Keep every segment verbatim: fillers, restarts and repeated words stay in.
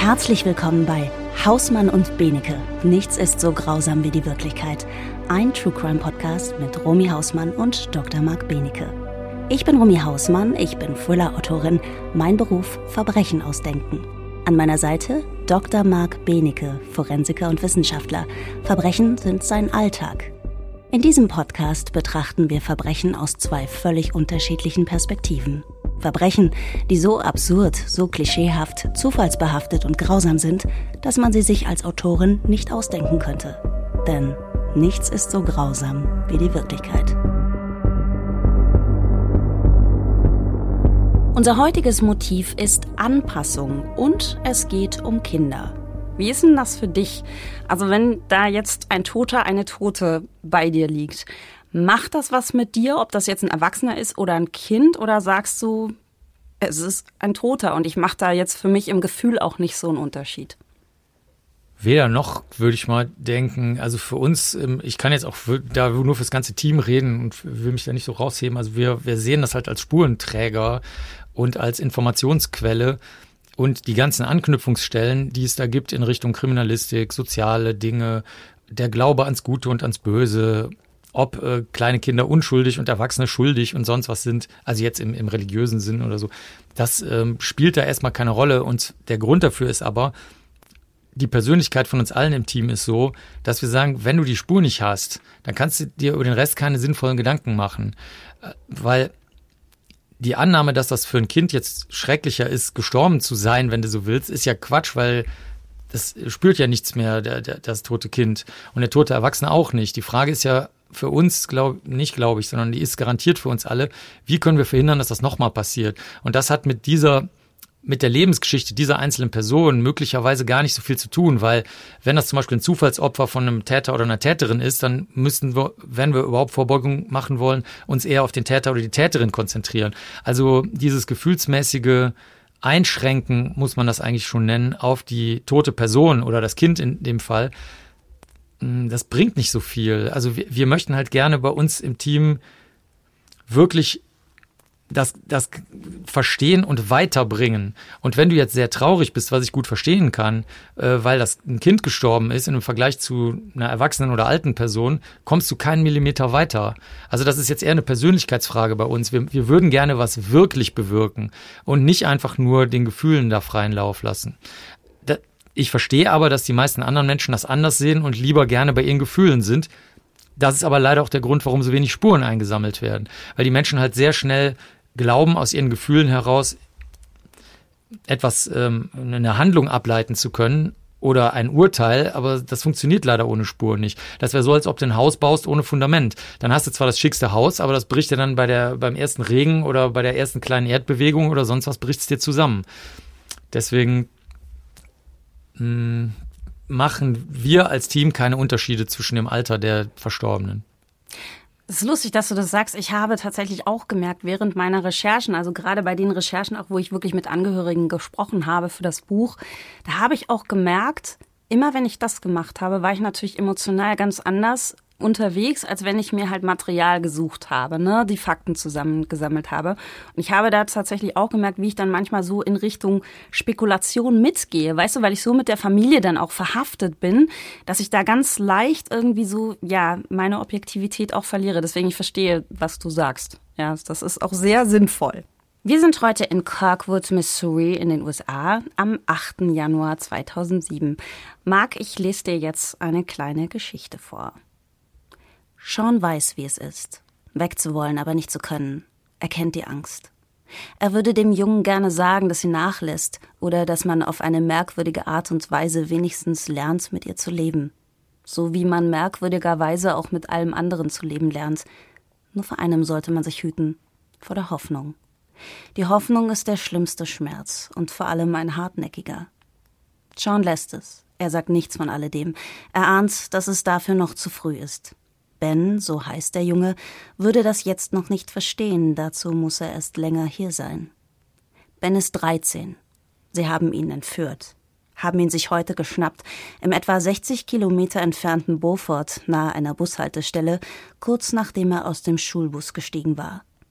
Herzlich willkommen bei Hausmann und Benecke. Nichts ist so grausam wie die Wirklichkeit. Ein True Crime Podcast mit Romy Hausmann und Doktor Marc Benecke. Ich bin Romy Hausmann, ich bin Thriller-Autorin. Mein Beruf: Verbrechen ausdenken. An meiner Seite Doktor Marc Benecke, Forensiker und Wissenschaftler. Verbrechen sind sein Alltag. In diesem Podcast betrachten wir Verbrechen aus zwei völlig unterschiedlichen Perspektiven. Verbrechen, die so absurd, so klischeehaft, zufallsbehaftet und grausam sind, dass man sie sich als Autorin nicht ausdenken könnte. Denn nichts ist so grausam wie die Wirklichkeit. Unser heutiges Motiv ist Anpassung und es geht um Kinder. Wie ist denn das für dich? Also wenn da jetzt ein Toter, eine Tote bei dir liegt, macht das was mit dir, ob das jetzt ein Erwachsener ist oder ein Kind? Oder sagst du, es ist ein Toter und ich mache da jetzt für mich im Gefühl auch nicht so einen Unterschied? Weder noch, würde ich mal denken. Also für uns, ich kann jetzt auch da nur fürs ganze Team reden und will mich da nicht so rausheben. Also wir, wir sehen das halt als Spurenträger und als Informationsquelle. Und die ganzen Anknüpfungsstellen, die es da gibt in Richtung Kriminalistik, soziale Dinge, der Glaube ans Gute und ans Böse, ob äh, kleine Kinder unschuldig und Erwachsene schuldig und sonst was sind, also jetzt im, im religiösen Sinn oder so, das ähm, spielt da erstmal keine Rolle. Und der Grund dafür ist aber, die Persönlichkeit von uns allen im Team ist so, dass wir sagen, wenn du die Spur nicht hast, dann kannst du dir über den Rest keine sinnvollen Gedanken machen. Äh, weil die Annahme, dass das für ein Kind jetzt schrecklicher ist, gestorben zu sein, wenn du so willst, ist ja Quatsch, weil das spürt ja nichts mehr, der, der, das tote Kind. Und der tote Erwachsene auch nicht. Die Frage ist ja für uns, glaub, nicht glaube ich, sondern die ist garantiert für uns alle, wie können wir verhindern, dass das nochmal passiert? Und das hat mit dieser, mit der Lebensgeschichte dieser einzelnen Person möglicherweise gar nicht so viel zu tun, weil wenn das zum Beispiel ein Zufallsopfer von einem Täter oder einer Täterin ist, dann müssten wir, wenn wir überhaupt Vorbeugung machen wollen, uns eher auf den Täter oder die Täterin konzentrieren. Also dieses gefühlsmäßige Einschränken, muss man das eigentlich schon nennen, auf die tote Person oder das Kind in dem Fall, das bringt nicht so viel. Also wir, wir möchten halt gerne bei uns im Team wirklich das, das verstehen und weiterbringen. Und wenn du jetzt sehr traurig bist, was ich gut verstehen kann, äh, weil das ein Kind gestorben ist, im Vergleich zu einer erwachsenen oder alten Person, kommst du keinen Millimeter weiter. Also das ist jetzt eher eine Persönlichkeitsfrage bei uns. Wir, wir würden gerne was wirklich bewirken und nicht einfach nur den Gefühlen da freien Lauf lassen. Da, ich verstehe aber, dass die meisten anderen Menschen das anders sehen und lieber gerne bei ihren Gefühlen sind. Das ist aber leider auch der Grund, warum so wenig Spuren eingesammelt werden. Weil die Menschen halt sehr schnell glauben, aus ihren Gefühlen heraus etwas, ähm, eine Handlung ableiten zu können oder ein Urteil, aber das funktioniert leider ohne Spur nicht. Das wäre so, als ob du ein Haus baust ohne Fundament. Dann hast du zwar das schickste Haus, aber das bricht dir dann bei der, beim ersten Regen oder bei der ersten kleinen Erdbewegung oder sonst was, bricht es dir zusammen. Deswegen mh, machen wir als Team keine Unterschiede zwischen dem Alter der Verstorbenen. Es ist lustig, dass du das sagst. Ich habe tatsächlich auch gemerkt, während meiner Recherchen, also gerade bei den Recherchen, auch wo ich wirklich mit Angehörigen gesprochen habe für das Buch, da habe ich auch gemerkt, immer wenn ich das gemacht habe, war ich natürlich emotional ganz anders unterwegs, als wenn ich mir halt Material gesucht habe, ne, die Fakten zusammengesammelt habe. Und ich habe da tatsächlich auch gemerkt, wie ich dann manchmal so in Richtung Spekulation mitgehe, weißt du, weil ich so mit der Familie dann auch verhaftet bin, dass ich da ganz leicht irgendwie so, ja, meine Objektivität auch verliere. Deswegen, ich verstehe, was du sagst. Ja, das ist auch sehr sinnvoll. Wir sind heute in Kirkwood, Missouri in den U S A am achten Januar zweitausendsieben. Marc, ich lese dir jetzt eine kleine Geschichte vor. Sean weiß, wie es ist, wegzuwollen, aber nicht zu können. Er kennt die Angst. Er würde dem Jungen gerne sagen, dass sie nachlässt oder dass man auf eine merkwürdige Art und Weise wenigstens lernt, mit ihr zu leben. So wie man merkwürdigerweise auch mit allem anderen zu leben lernt. Nur vor einem sollte man sich hüten, vor der Hoffnung. Die Hoffnung ist der schlimmste Schmerz und vor allem ein hartnäckiger. Sean lässt es. Er sagt nichts von alledem. Er ahnt, dass es dafür noch zu früh ist. Ben, so heißt der Junge, würde das jetzt noch nicht verstehen, dazu muss er erst länger hier sein. Ben ist dreizehn. Sie haben ihn entführt, haben ihn sich heute geschnappt, im etwa sechzig Kilometer entfernten Beaufort, nahe einer Bushaltestelle, kurz nachdem er aus dem Schulbus gestiegen war.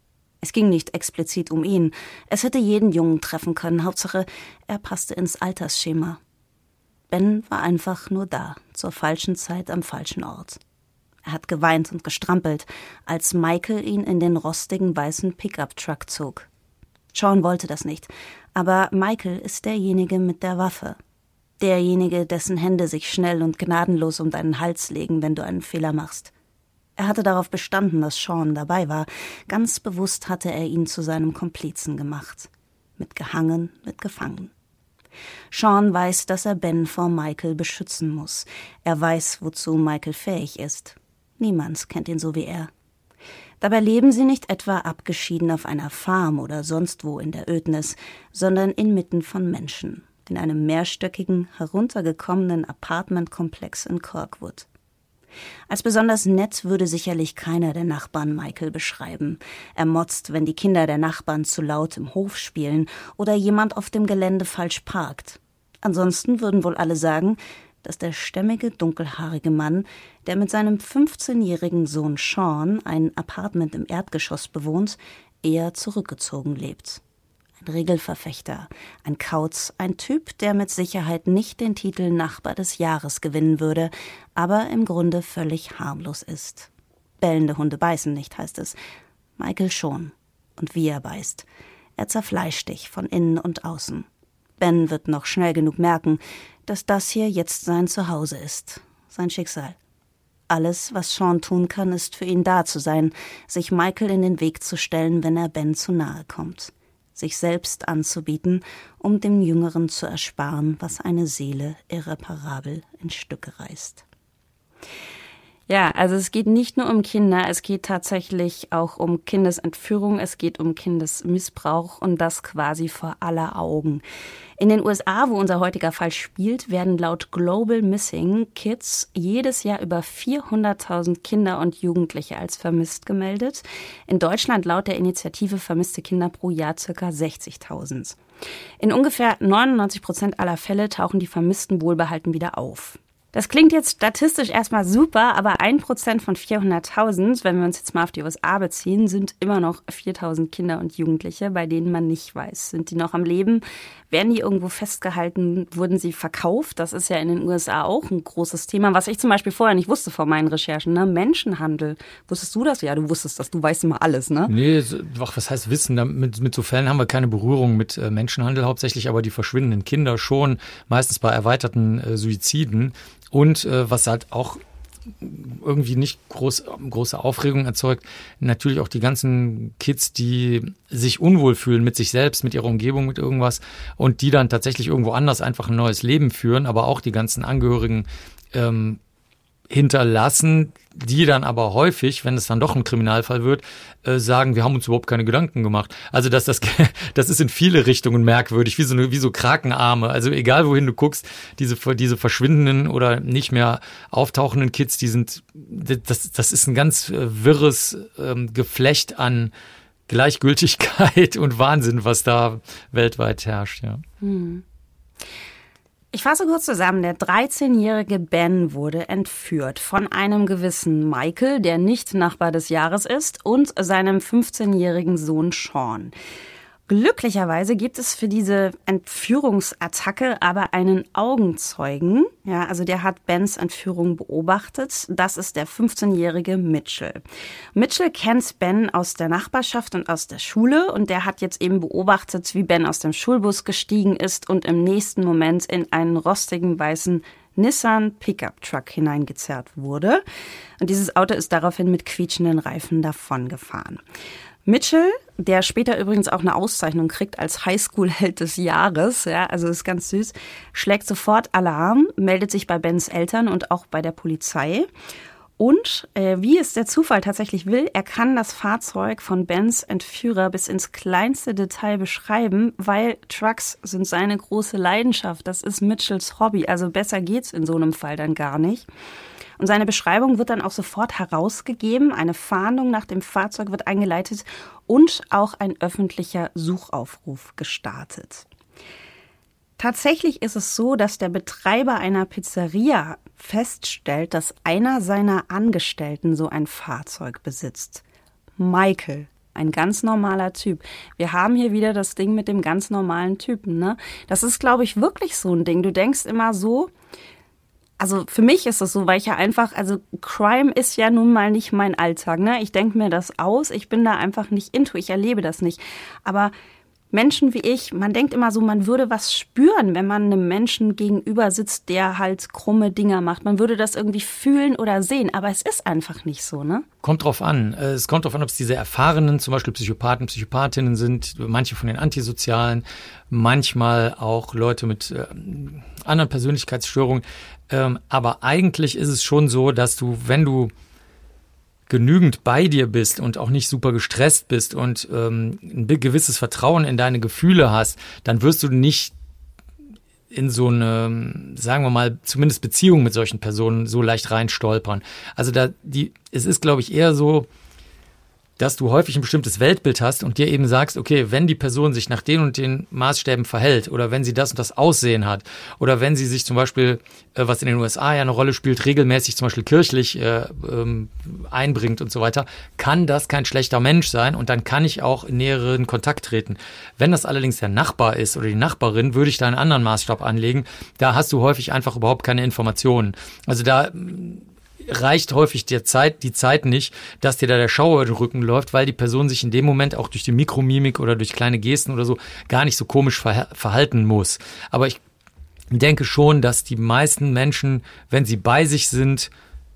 Es ging nicht explizit um ihn. Es hätte jeden Jungen treffen können. Hauptsache, er passte ins Altersschema. Ben war einfach nur da, zur falschen Zeit am falschen Ort. Er hat geweint und gestrampelt, als Michael ihn in den rostigen weißen Pickup-Truck zog. Sean wollte das nicht, aber Michael ist derjenige mit der Waffe. Derjenige, dessen Hände sich schnell und gnadenlos um deinen Hals legen, wenn du einen Fehler machst. Er hatte darauf bestanden, dass Sean dabei war. Ganz bewusst hatte er ihn zu seinem Komplizen gemacht. Mitgehangen, mitgefangen. Sean weiß, dass er Ben vor Michael beschützen muss. Er weiß, wozu Michael fähig ist. Niemand kennt ihn so wie er. Dabei leben sie nicht etwa abgeschieden auf einer Farm oder sonst wo in der Ödnis, sondern inmitten von Menschen, in einem mehrstöckigen, heruntergekommenen Apartmentkomplex in Kirkwood. Als besonders nett würde sicherlich keiner der Nachbarn Michael beschreiben. Er motzt, wenn die Kinder der Nachbarn zu laut im Hof spielen oder jemand auf dem Gelände falsch parkt. Ansonsten würden wohl alle sagen, dass der stämmige, dunkelhaarige Mann, der mit seinem fünfzehnjährigen Sohn Sean ein Apartment im Erdgeschoss bewohnt, eher zurückgezogen lebt. Ein Regelverfechter, ein Kauz, ein Typ, der mit Sicherheit nicht den Titel Nachbar des Jahres gewinnen würde, aber im Grunde völlig harmlos ist. Bellende Hunde beißen nicht, heißt es. Michael schon. Und wie er beißt. Er zerfleischt dich von innen und außen. Ben wird noch schnell genug merken, dass das hier jetzt sein Zuhause ist, sein Schicksal. Alles, was Sean tun kann, ist für ihn da zu sein, sich Michael in den Weg zu stellen, wenn er Ben zu nahe kommt. Sich selbst anzubieten, um dem Jüngeren zu ersparen, was eine Seele irreparabel in Stücke reißt. Ja, also es geht nicht nur um Kinder, es geht tatsächlich auch um Kindesentführung, es geht um Kindesmissbrauch und das quasi vor aller Augen. In den U S A, wo unser heutiger Fall spielt, werden laut Global Missing Kids jedes Jahr über vierhunderttausend Kinder und Jugendliche als vermisst gemeldet. In Deutschland laut der Initiative Vermisste Kinder pro Jahr ca. sechzigtausend. In ungefähr neunundneunzig Prozent aller Fälle tauchen die Vermissten wohlbehalten wieder auf. Das klingt jetzt statistisch erstmal super, aber ein Prozent von vierhunderttausend, wenn wir uns jetzt mal auf die U S A beziehen, sind immer noch viertausend Kinder und Jugendliche, bei denen man nicht weiß. Sind die noch am Leben? Werden die irgendwo festgehalten? Wurden sie verkauft? Das ist ja in den U S A auch ein großes Thema, was ich zum Beispiel vorher nicht wusste vor meinen Recherchen. Ne? Menschenhandel. Wusstest du das? Ja, du wusstest das. Du weißt immer alles, ne? Nee, was heißt Wissen? Mit, mit so Fällen haben wir keine Berührung mit äh, Menschenhandel hauptsächlich, aber die verschwindenden Kinder schon, meistens bei erweiterten äh, Suiziden. Und äh, was halt auch irgendwie nicht groß, große Aufregung erzeugt, natürlich auch die ganzen Kids, die sich unwohl fühlen mit sich selbst, mit ihrer Umgebung, mit irgendwas und die dann tatsächlich irgendwo anders einfach ein neues Leben führen, aber auch die ganzen Angehörigen ähm, hinterlassen, die dann aber häufig, wenn es dann doch ein Kriminalfall wird, äh, sagen, wir haben uns überhaupt keine Gedanken gemacht. Also dass das, das ist in viele Richtungen merkwürdig, wie so eine, wie so Krakenarme. Also egal wohin du guckst, diese diese verschwindenden oder nicht mehr auftauchenden Kids, die sind, das das ist ein ganz wirres ähm, Geflecht an Gleichgültigkeit und Wahnsinn, was da weltweit herrscht. Ja. Hm. Ich fasse kurz zusammen. Der dreizehnjährige Ben wurde entführt von einem gewissen Michael, der nicht Nachbar des Jahres ist, und seinem fünfzehnjährigen Sohn Sean. Glücklicherweise gibt es für diese Entführungsattacke aber einen Augenzeugen. Ja, also der hat Bens Entführung beobachtet. Das ist der fünfzehnjährige Mitchell. Mitchell kennt Ben aus der Nachbarschaft und aus der Schule und der hat jetzt eben beobachtet, wie Ben aus dem Schulbus gestiegen ist und im nächsten Moment in einen rostigen weißen Nissan Pickup Truck hineingezerrt wurde. Und dieses Auto ist daraufhin mit quietschenden Reifen davongefahren. Mitchell, der später übrigens auch eine Auszeichnung kriegt als Highschool-Held des Jahres, ja, also ist ganz süß, schlägt sofort Alarm, meldet sich bei Bens Eltern und auch bei der Polizei. Und äh, wie es der Zufall tatsächlich will, er kann das Fahrzeug von Bens Entführer bis ins kleinste Detail beschreiben, weil Trucks sind seine große Leidenschaft. Das ist Mitchells Hobby, also besser geht's in so einem Fall dann gar nicht. Und seine Beschreibung wird dann auch sofort herausgegeben. Eine Fahndung nach dem Fahrzeug wird eingeleitet und auch ein öffentlicher Suchaufruf gestartet. Tatsächlich ist es so, dass der Betreiber einer Pizzeria feststellt, dass einer seiner Angestellten so ein Fahrzeug besitzt. Michael ein ganz normaler Typ. Wir haben hier wieder das Ding mit dem ganz normalen Typen, ne? Das ist, glaube ich, wirklich so ein Ding. Du denkst immer so, also für mich ist es so, weil ich ja einfach, also Crime ist ja nun mal nicht mein Alltag, ne? Ich denke mir das aus, ich bin da einfach nicht into, ich erlebe das nicht. Aber Menschen wie ich, man denkt immer so, man würde was spüren, wenn man einem Menschen gegenüber sitzt, der halt krumme Dinger macht. Man würde das irgendwie fühlen oder sehen, aber es ist einfach nicht so, ne? Kommt drauf an. Es kommt drauf an, ob es diese erfahrenen, zum Beispiel Psychopathen, Psychopathinnen sind, manche von den Antisozialen, manchmal auch Leute mit äh, anderen Persönlichkeitsstörungen. Ähm, aber eigentlich ist es schon so, dass du, wenn du genügend bei dir bist und auch nicht super gestresst bist und ähm, ein gewisses Vertrauen in deine Gefühle hast, dann wirst du nicht in so eine, sagen wir mal, zumindest Beziehung mit solchen Personen so leicht reinstolpern. Also da die, es ist, glaube ich, eher so, dass du häufig ein bestimmtes Weltbild hast und dir eben sagst, okay, wenn die Person sich nach den und den Maßstäben verhält oder wenn sie das und das Aussehen hat oder wenn sie sich zum Beispiel, äh, was in den U S A ja eine Rolle spielt, regelmäßig zum Beispiel kirchlich äh, ähm, einbringt und so weiter, kann das kein schlechter Mensch sein und dann kann ich auch in näheren Kontakt treten. Wenn das allerdings der Nachbar ist oder die Nachbarin, würde ich da einen anderen Maßstab anlegen. Da hast du häufig einfach überhaupt keine Informationen. Also da reicht häufig der Zeit, die Zeit nicht, dass dir da der Schauer über den Rücken läuft, weil die Person sich in dem Moment auch durch die Mikromimik oder durch kleine Gesten oder so gar nicht so komisch verha- verhalten muss. Aber ich denke schon, dass die meisten Menschen, wenn sie bei sich sind,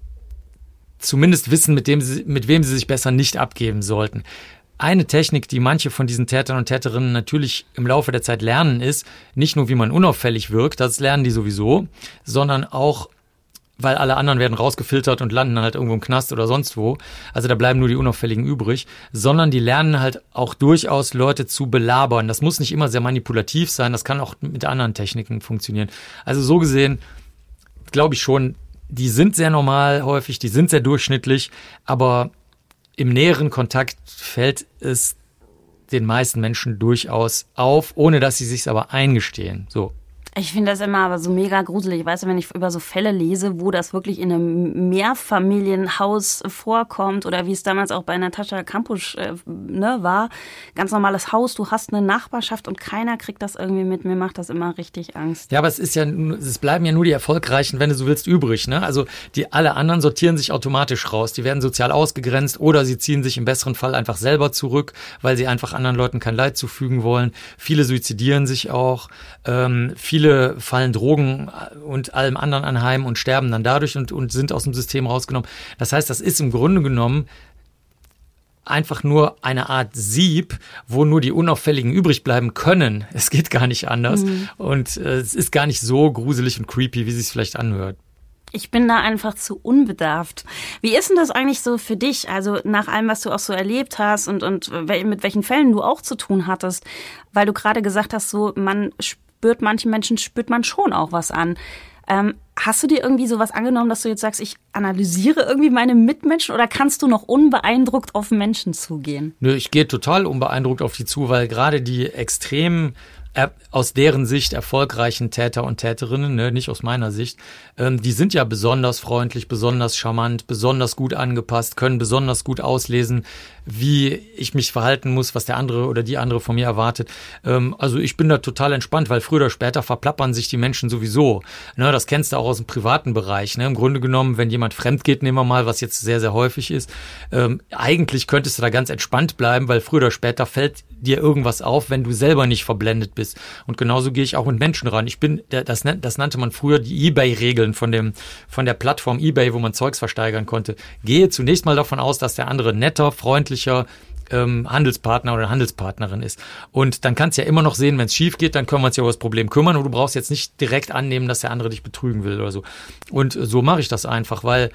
zumindest wissen, mit dem sie, mit wem sie sich besser nicht abgeben sollten. Eine Technik, die manche von diesen Tätern und Täterinnen natürlich im Laufe der Zeit lernen, ist nicht nur, wie man unauffällig wirkt, das lernen die sowieso, sondern auch, weil alle anderen werden rausgefiltert und landen halt irgendwo im Knast oder sonst wo. Also da bleiben nur die Unauffälligen übrig. Sondern die lernen halt auch durchaus Leute zu belabern. Das muss nicht immer sehr manipulativ sein. Das kann auch mit anderen Techniken funktionieren. Also so gesehen glaube ich schon, die sind sehr normal häufig, die sind sehr durchschnittlich. Aber im näheren Kontakt fällt es den meisten Menschen durchaus auf, ohne dass sie sich's aber eingestehen. So. Ich finde das immer aber so mega gruselig. Weißt du, wenn ich über so Fälle lese, wo das wirklich in einem Mehrfamilienhaus vorkommt oder wie es damals auch bei Natascha Kampusch äh, ne, war. Ganz normales Haus, du hast eine Nachbarschaft und keiner kriegt das irgendwie mit. Mir macht das immer richtig Angst. Ja, aber es ist ja, es bleiben ja nur die Erfolgreichen, wenn du so willst, übrig. Ne? Also die alle anderen sortieren sich automatisch raus. Die werden sozial ausgegrenzt oder sie ziehen sich im besseren Fall einfach selber zurück, weil sie einfach anderen Leuten kein Leid zufügen wollen. Viele suizidieren sich auch. Ähm, viele Viele fallen Drogen und allem anderen anheim und sterben dann dadurch und, und sind aus dem System rausgenommen. Das heißt, das ist im Grunde genommen einfach nur eine Art Sieb, wo nur die Unauffälligen übrig bleiben können. Es geht gar nicht anders. Mhm. Und äh, es ist gar nicht so gruselig und creepy, wie es sich vielleicht anhört. Ich bin da einfach zu unbedarft. Wie ist denn das eigentlich so für dich? Also nach allem, was du auch so erlebt hast und, und mit welchen Fällen du auch zu tun hattest, weil du gerade gesagt hast, so man spürt, manchen Menschen spürt man schon auch was an. Ähm, hast du dir irgendwie sowas angenommen, dass du jetzt sagst, ich analysiere irgendwie meine Mitmenschen oder kannst du noch unbeeindruckt auf Menschen zugehen? Nö, ich gehe total unbeeindruckt auf die zu, weil gerade die extremen aus deren Sicht erfolgreichen Täter und Täterinnen, ne, nicht aus meiner Sicht, ähm, die sind ja besonders freundlich, besonders charmant, besonders gut angepasst, können besonders gut auslesen, wie ich mich verhalten muss, was der andere oder die andere von mir erwartet. Ähm, also ich bin da total entspannt, weil früher oder später verplappern sich die Menschen sowieso. Ne, das kennst du auch aus dem privaten Bereich. Ne? Im Grunde genommen, wenn jemand fremd geht, nehmen wir mal, was jetzt sehr, sehr häufig ist, ähm, eigentlich könntest du da ganz entspannt bleiben, weil früher oder später fällt dir irgendwas auf, wenn du selber nicht verblendet bist. Und genauso gehe ich auch mit Menschen ran. Ich bin, das, das nannte man früher die eBay-Regeln von dem, von der Plattform eBay, wo man Zeugs versteigern konnte. Gehe zunächst mal davon aus, dass der andere netter, freundlicher ähm, Handelspartner oder Handelspartnerin ist. Und dann kannst du ja immer noch sehen, wenn es schief geht, dann können wir uns ja über das Problem kümmern und du brauchst jetzt nicht direkt annehmen, dass der andere dich betrügen will oder so. Und so mache ich das einfach, weil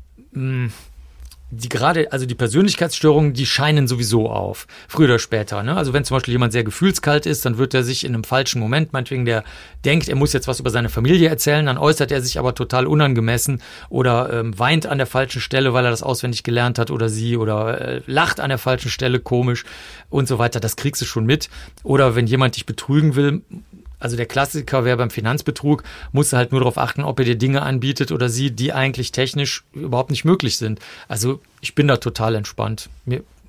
mh, die gerade, also die Persönlichkeitsstörungen, die scheinen sowieso auf, früher oder später. Ne? Also wenn zum Beispiel jemand sehr gefühlskalt ist, dann wird er sich in einem falschen Moment, meinetwegen der denkt, er muss jetzt was über seine Familie erzählen, dann äußert er sich aber total unangemessen oder ähm, weint an der falschen Stelle, weil er das auswendig gelernt hat oder sie oder äh, lacht an der falschen Stelle komisch und so weiter. Das kriegst du schon mit. Oder wenn jemand dich betrügen will, also der Klassiker wäre beim Finanzbetrug, musst du halt nur darauf achten, ob er dir Dinge anbietet oder sie, die eigentlich technisch überhaupt nicht möglich sind. Also ich bin da total entspannt. Mir,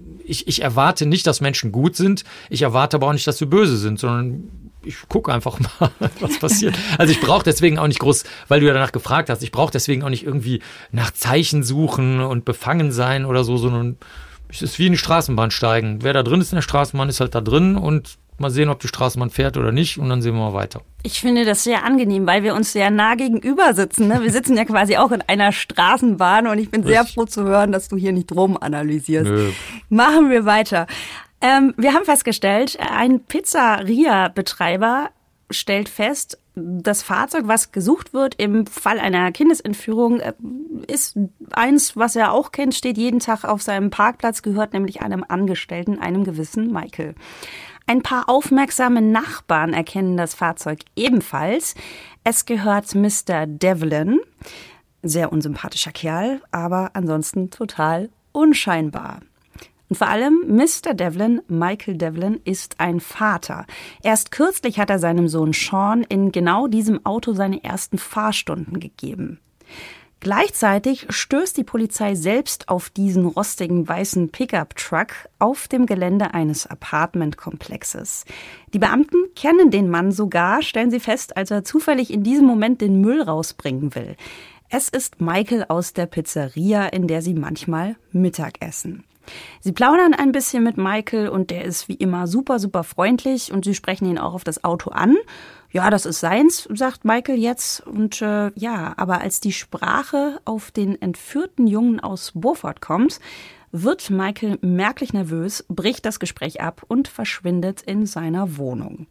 ich, ich erwarte nicht, dass Menschen gut sind. Ich erwarte aber auch nicht, dass sie böse sind, sondern ich gucke einfach mal, was passiert. Also ich brauche deswegen auch nicht groß, weil du ja danach gefragt hast, ich brauche deswegen auch nicht irgendwie nach Zeichen suchen und befangen sein oder so, sondern es ist wie in die Straßenbahn steigen. Wer da drin ist in der Straßenbahn, ist halt da drin und mal sehen, ob die Straßenbahn fährt oder nicht und dann sehen wir mal weiter. Ich finde das sehr angenehm, weil wir uns sehr nah gegenüber sitzen. Ne? Wir sitzen ja quasi auch in einer Straßenbahn und ich bin sehr froh zu hören, dass du hier nicht drum analysierst. Nö. Machen wir weiter. Ähm, wir haben festgestellt, ein Pizzeria-Betreiber stellt fest, das Fahrzeug, was gesucht wird im Fall einer Kindesentführung, ist eins, was er auch kennt, steht jeden Tag auf seinem Parkplatz, gehört nämlich einem Angestellten, einem gewissen Michael. Ein paar aufmerksame Nachbarn erkennen das Fahrzeug ebenfalls. Es gehört Mister Devlin, sehr unsympathischer Kerl, aber ansonsten total unscheinbar. Und vor allem Mister Devlin, Michael Devlin, ist ein Vater. Erst kürzlich hat er seinem Sohn Sean in genau diesem Auto seine ersten Fahrstunden gegeben. Gleichzeitig stößt die Polizei selbst auf diesen rostigen weißen Pickup-Truck auf dem Gelände eines Apartmentkomplexes. Die Beamten kennen den Mann sogar, stellen sie fest, als er zufällig in diesem Moment den Müll rausbringen will. Es ist Michael aus der Pizzeria, in der sie manchmal Mittag essen. Sie plaudern ein bisschen mit Michael und der ist wie immer super, super freundlich und sie sprechen ihn auch auf das Auto an. Ja, das ist seins, sagt Michael jetzt. Und äh, ja, aber als die Sprache auf den entführten Jungen aus Beaufort kommt, wird Michael merklich nervös, bricht das Gespräch ab und verschwindet in seiner Wohnung.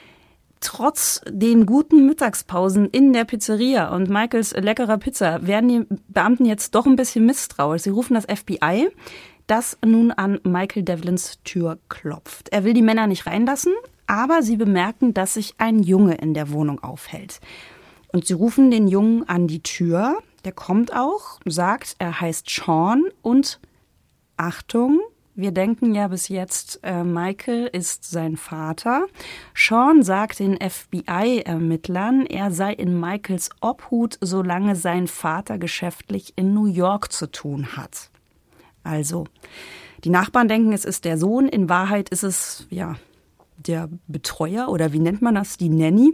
Trotz den guten Mittagspausen in der Pizzeria und Michaels leckerer Pizza werden die Beamten jetzt doch ein bisschen misstrauisch. Sie rufen das F B I, das nun an Michael Devlins Tür klopft. Er will die Männer nicht reinlassen, aber sie bemerken, dass sich ein Junge in der Wohnung aufhält. Und sie rufen den Jungen an die Tür. Der kommt auch, sagt, er heißt Sean und Achtung, wir denken ja bis jetzt, äh, Michael ist sein Vater. Sean sagt den F B I-Ermittlern, er sei in Michaels Obhut, solange sein Vater geschäftlich in New York zu tun hat. Also, die Nachbarn denken, es ist der Sohn. In Wahrheit ist es, ja, der Betreuer oder wie nennt man das, die Nanny.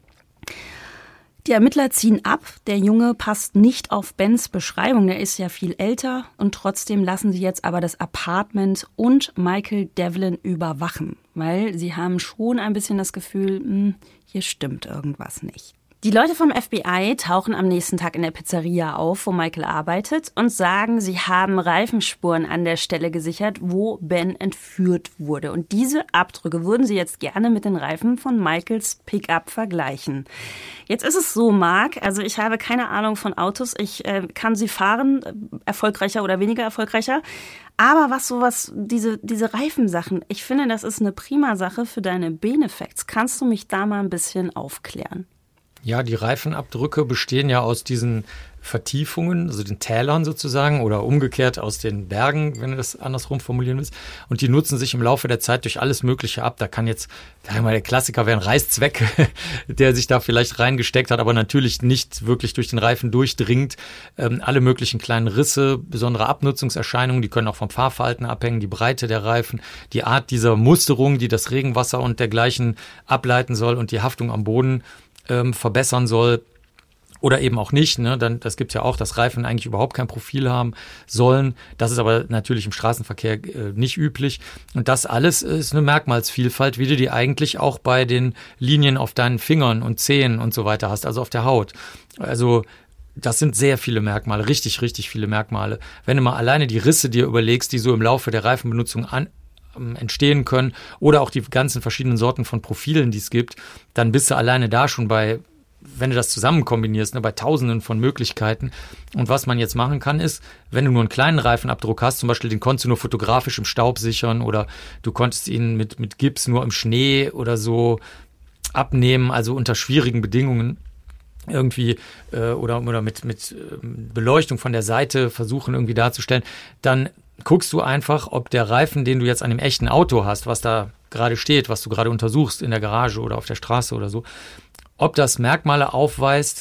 Die Ermittler ziehen ab. Der Junge passt nicht auf Bens Beschreibung. Der ist ja viel älter und trotzdem lassen sie jetzt aber das Apartment und Michael Devlin überwachen, weil sie haben schon ein bisschen das Gefühl, mh, hier stimmt irgendwas nicht. Die Leute vom F B I tauchen am nächsten Tag in der Pizzeria auf, wo Michael arbeitet, und sagen, sie haben Reifenspuren an der Stelle gesichert, wo Ben entführt wurde. Und diese Abdrücke würden sie jetzt gerne mit den Reifen von Michaels Pickup vergleichen. Jetzt ist es so, Marc, also ich habe keine Ahnung von Autos. Ich äh, kann sie fahren, äh, erfolgreicher oder weniger erfolgreicher. Aber was sowas, diese, diese Reifensachen, ich finde, das ist eine prima Sache für deine Benefacts. Kannst du mich da mal ein bisschen aufklären? Ja, die Reifenabdrücke bestehen ja aus diesen Vertiefungen, also den Tälern sozusagen oder umgekehrt aus den Bergen, wenn du das andersrum formulieren willst. Und die nutzen sich im Laufe der Zeit durch alles Mögliche ab. Da kann jetzt, sagen wir mal, der Klassiker wäre ein Reißzweck, der sich da vielleicht reingesteckt hat, aber natürlich nicht wirklich durch den Reifen durchdringt. Ähm, alle möglichen kleinen Risse, besondere Abnutzungserscheinungen, die können auch vom Fahrverhalten abhängen, die Breite der Reifen, die Art dieser Musterung, die das Regenwasser und dergleichen ableiten soll und die Haftung am Boden ähm, verbessern soll. Oder eben auch nicht, ne? Dann, das gibt's ja auch, dass Reifen eigentlich überhaupt kein Profil haben sollen. Das ist aber natürlich im Straßenverkehr äh, nicht üblich. Und das alles ist eine Merkmalsvielfalt, wie du die eigentlich auch bei den Linien auf deinen Fingern und Zehen und so weiter hast, also auf der Haut. Also das sind sehr viele Merkmale, richtig, richtig viele Merkmale. Wenn du mal alleine die Risse dir überlegst, die so im Laufe der Reifenbenutzung an entstehen können oder auch die ganzen verschiedenen Sorten von Profilen, die es gibt, dann bist du alleine da schon bei, wenn du das zusammen kombinierst, ne, bei Tausenden von Möglichkeiten. Und was man jetzt machen kann, ist, wenn du nur einen kleinen Reifenabdruck hast, zum Beispiel den konntest du nur fotografisch im Staub sichern oder du konntest ihn mit, mit Gips nur im Schnee oder so abnehmen, also unter schwierigen Bedingungen irgendwie äh, oder, oder mit, mit äh, Beleuchtung von der Seite versuchen irgendwie darzustellen, dann guckst du einfach, ob der Reifen, den du jetzt an dem echten Auto hast, was da gerade steht, was du gerade untersuchst in der Garage oder auf der Straße oder so, ob das Merkmale aufweist,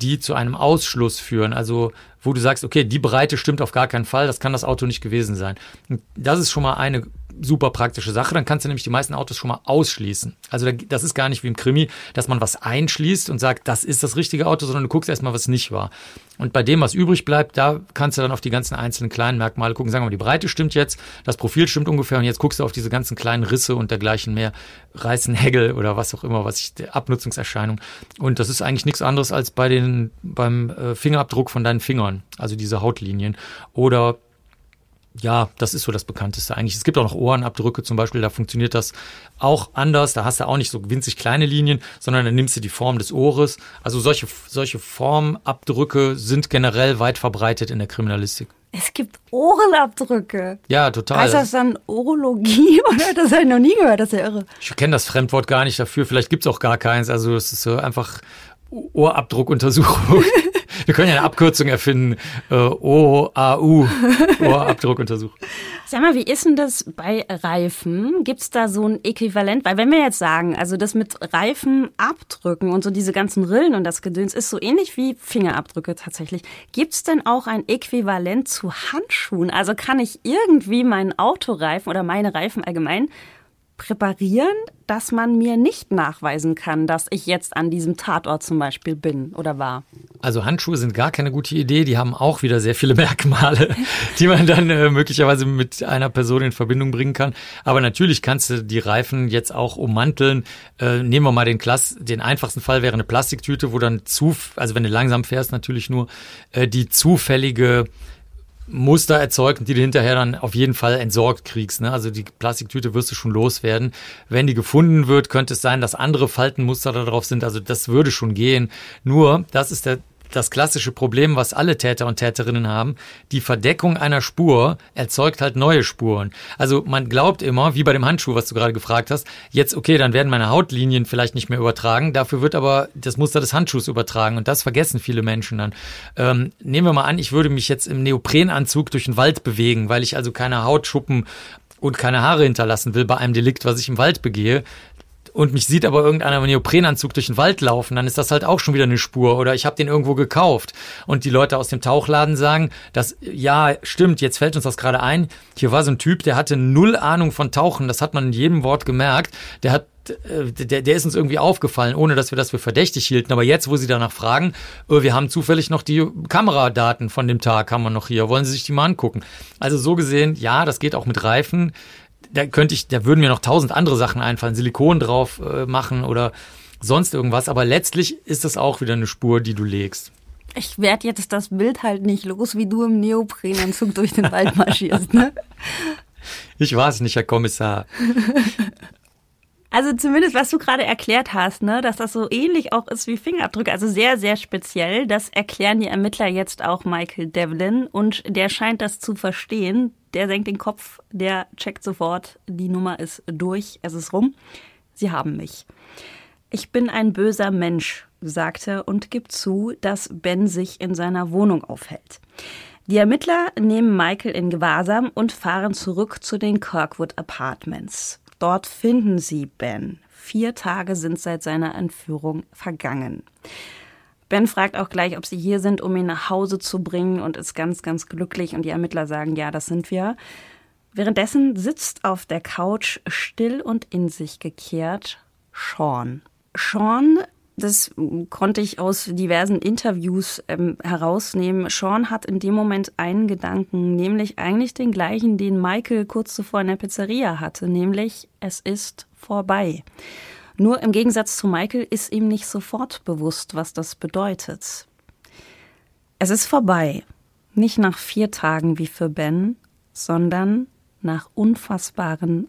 die zu einem Ausschluss führen. Also wo du sagst, okay, die Breite stimmt auf gar keinen Fall, das kann das Auto nicht gewesen sein. Und das ist schon mal eine super praktische Sache. Dann kannst du nämlich die meisten Autos schon mal ausschließen. Also das ist gar nicht wie im Krimi, dass man was einschließt und sagt, das ist das richtige Auto, sondern du guckst erstmal, was nicht war. Und bei dem, was übrig bleibt, da kannst du dann auf die ganzen einzelnen kleinen Merkmale gucken. Sagen wir mal, die Breite stimmt jetzt, das Profil stimmt ungefähr und jetzt guckst du auf diese ganzen kleinen Risse und dergleichen mehr, Reißen, Hägel oder was auch immer, was ich, der Abnutzungserscheinung. Und das ist eigentlich nichts anderes als bei den, beim äh, Fingerabdruck von deinen Fingern, also diese Hautlinien. Oder ja, das ist so das Bekannteste eigentlich. Es gibt auch noch Ohrenabdrücke zum Beispiel, da funktioniert das auch anders. Da hast du auch nicht so winzig kleine Linien, sondern dann nimmst du die Form des Ohres. Also solche, solche Formabdrücke sind generell weit verbreitet in der Kriminalistik. Es gibt Ohrenabdrücke. Ja, total. Heißt das dann Urologie oder? Das habe ich noch nie gehört, das ist ja irre. Ich kenne das Fremdwort gar nicht dafür. Vielleicht gibt es auch gar keins. Also es ist so einfach Ohrabdruckuntersuchung. Wir können ja eine Abkürzung erfinden. Äh, O A U, Ohrabdruckuntersuchung. Sag mal, wie ist denn das bei Reifen? Gibt es da so ein Äquivalent? Weil wenn wir jetzt sagen, also das mit Reifen abdrücken und so diese ganzen Rillen und das Gedöns ist so ähnlich wie Fingerabdrücke tatsächlich. Gibt es denn auch ein Äquivalent zu Handschuhen? Also kann ich irgendwie meinen Autoreifen oder meine Reifen allgemein präparieren, dass man mir nicht nachweisen kann, dass ich jetzt an diesem Tatort zum Beispiel bin oder war? Also Handschuhe sind gar keine gute Idee. Die haben auch wieder sehr viele Merkmale, die man dann äh, möglicherweise mit einer Person in Verbindung bringen kann. Aber natürlich kannst du die Reifen jetzt auch ummanteln. Äh, nehmen wir mal den Klass, den einfachsten Fall wäre eine Plastiktüte, wo dann zu, also wenn du langsam fährst, natürlich nur äh, die zufällige Muster erzeugt und die du hinterher dann auf jeden Fall entsorgt kriegst. Ne? Also die Plastiktüte wirst du schon loswerden. Wenn die gefunden wird, könnte es sein, dass andere Faltenmuster da drauf sind. Also das würde schon gehen. Nur, das ist der das klassische Problem, was alle Täter und Täterinnen haben. Die Verdeckung einer Spur erzeugt halt neue Spuren. Also man glaubt immer, wie bei dem Handschuh, was du gerade gefragt hast, jetzt okay, dann werden meine Hautlinien vielleicht nicht mehr übertragen, dafür wird aber das Muster des Handschuhs übertragen und das vergessen viele Menschen dann. Ähm, nehmen wir mal an, ich würde mich jetzt im Neoprenanzug durch den Wald bewegen, weil ich also keine Hautschuppen und keine Haare hinterlassen will bei einem Delikt, was ich im Wald begehe. Und mich sieht aber irgendeiner im Neoprenanzug durch den Wald laufen, dann ist das halt auch schon wieder eine Spur. Oder ich habe den irgendwo gekauft. Und die Leute aus dem Tauchladen sagen, dass, ja, stimmt, jetzt fällt uns das gerade ein. Hier war so ein Typ, der hatte null Ahnung von Tauchen. Das hat man in jedem Wort gemerkt. Der hat Der, der ist uns irgendwie aufgefallen, ohne dass wir das für verdächtig hielten. Aber jetzt, wo Sie danach fragen, wir haben zufällig noch die Kameradaten von dem Tag, haben wir noch hier. Wollen Sie sich die mal angucken? Also so gesehen, ja, das geht auch mit Reifen. Da könnte ich, da würden mir noch tausend andere Sachen einfallen, Silikon drauf äh, machen oder sonst irgendwas. Aber letztlich ist das auch wieder eine Spur, die du legst. Ich werde jetzt das Bild halt nicht los, wie du im Neoprenanzug durch den Wald marschierst, ne? Ich weiß nicht, Herr Kommissar. Also zumindest, was du gerade erklärt hast, ne, dass das so ähnlich auch ist wie Fingerabdrücke, also sehr, sehr speziell. Das erklären die Ermittler jetzt auch Michael Devlin und der scheint das zu verstehen. Der senkt den Kopf, der checkt sofort, die Nummer ist durch, es ist rum. Sie haben mich. Ich bin ein böser Mensch, sagt er und gibt zu, dass Ben sich in seiner Wohnung aufhält. Die Ermittler nehmen Michael in Gewahrsam und fahren zurück zu den Kirkwood Apartments. Dort finden sie Ben. Vier Tage sind seit seiner Entführung vergangen. Ben fragt auch gleich, ob sie hier sind, um ihn nach Hause zu bringen und ist ganz, ganz glücklich. Und die Ermittler sagen, ja, das sind wir. Währenddessen sitzt auf der Couch still und in sich gekehrt Sean. Sean, das konnte ich aus diversen Interviews ähm, herausnehmen. Sean hat in dem Moment einen Gedanken, nämlich eigentlich den gleichen, den Michael kurz zuvor in der Pizzeria hatte, nämlich es ist vorbei. Nur im Gegensatz zu Michael ist ihm nicht sofort bewusst, was das bedeutet. Es ist vorbei. Nicht nach vier Tagen wie für Ben, sondern nach unfassbaren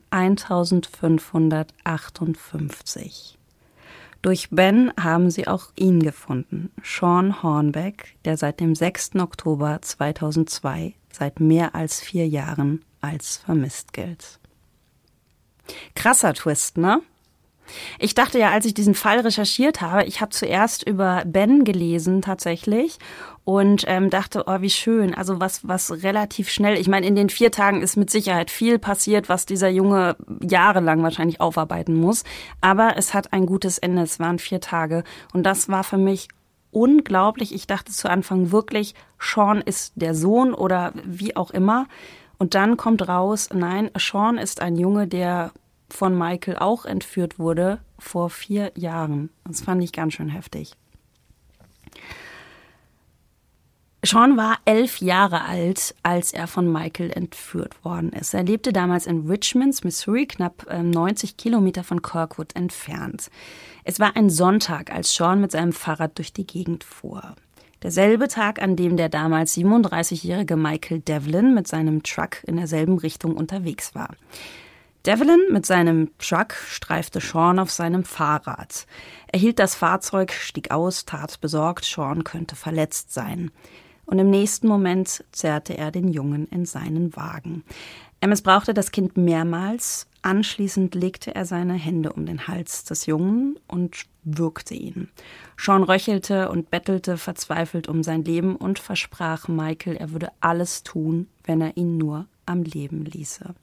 eintausendfünfhundertachtundfünfzig. Durch Ben haben sie auch ihn gefunden, Sean Hornbeck, der seit dem sechsten Oktober zweitausendzwei, seit mehr als vier Jahren, als vermisst gilt. Krasser Twist, ne? Ich dachte ja, als ich diesen Fall recherchiert habe, ich habe zuerst über Ben gelesen tatsächlich und ähm, dachte, oh, wie schön, also was was relativ schnell, ich meine, in den vier Tagen ist mit Sicherheit viel passiert, was dieser Junge jahrelang wahrscheinlich aufarbeiten muss, aber es hat ein gutes Ende, es waren vier Tage und das war für mich unglaublich. Ich dachte zu Anfang wirklich, Sean ist der Sohn oder wie auch immer. Und dann kommt raus, nein, Sean ist ein Junge, der von Michael auch entführt wurde vor vier Jahren. Das fand ich ganz schön heftig. Sean war elf Jahre alt, als er von Michael entführt worden ist. Er lebte damals in Richmond, Missouri, knapp neunzig Kilometer von Kirkwood entfernt. Es war ein Sonntag, als Sean mit seinem Fahrrad durch die Gegend fuhr. Derselbe Tag, an dem der damals siebenunddreißigjährige Michael Devlin mit seinem Truck in derselben Richtung unterwegs war. Devlin mit seinem Truck streifte Sean auf seinem Fahrrad. Er hielt das Fahrzeug, stieg aus, tat besorgt, Sean könnte verletzt sein. Und im nächsten Moment zerrte er den Jungen in seinen Wagen. Er missbrauchte das Kind mehrmals. Anschließend legte er seine Hände um den Hals des Jungen und würgte ihn. Sean röchelte und bettelte verzweifelt um sein Leben und versprach Michael, er würde alles tun, wenn er ihn nur am Leben ließe.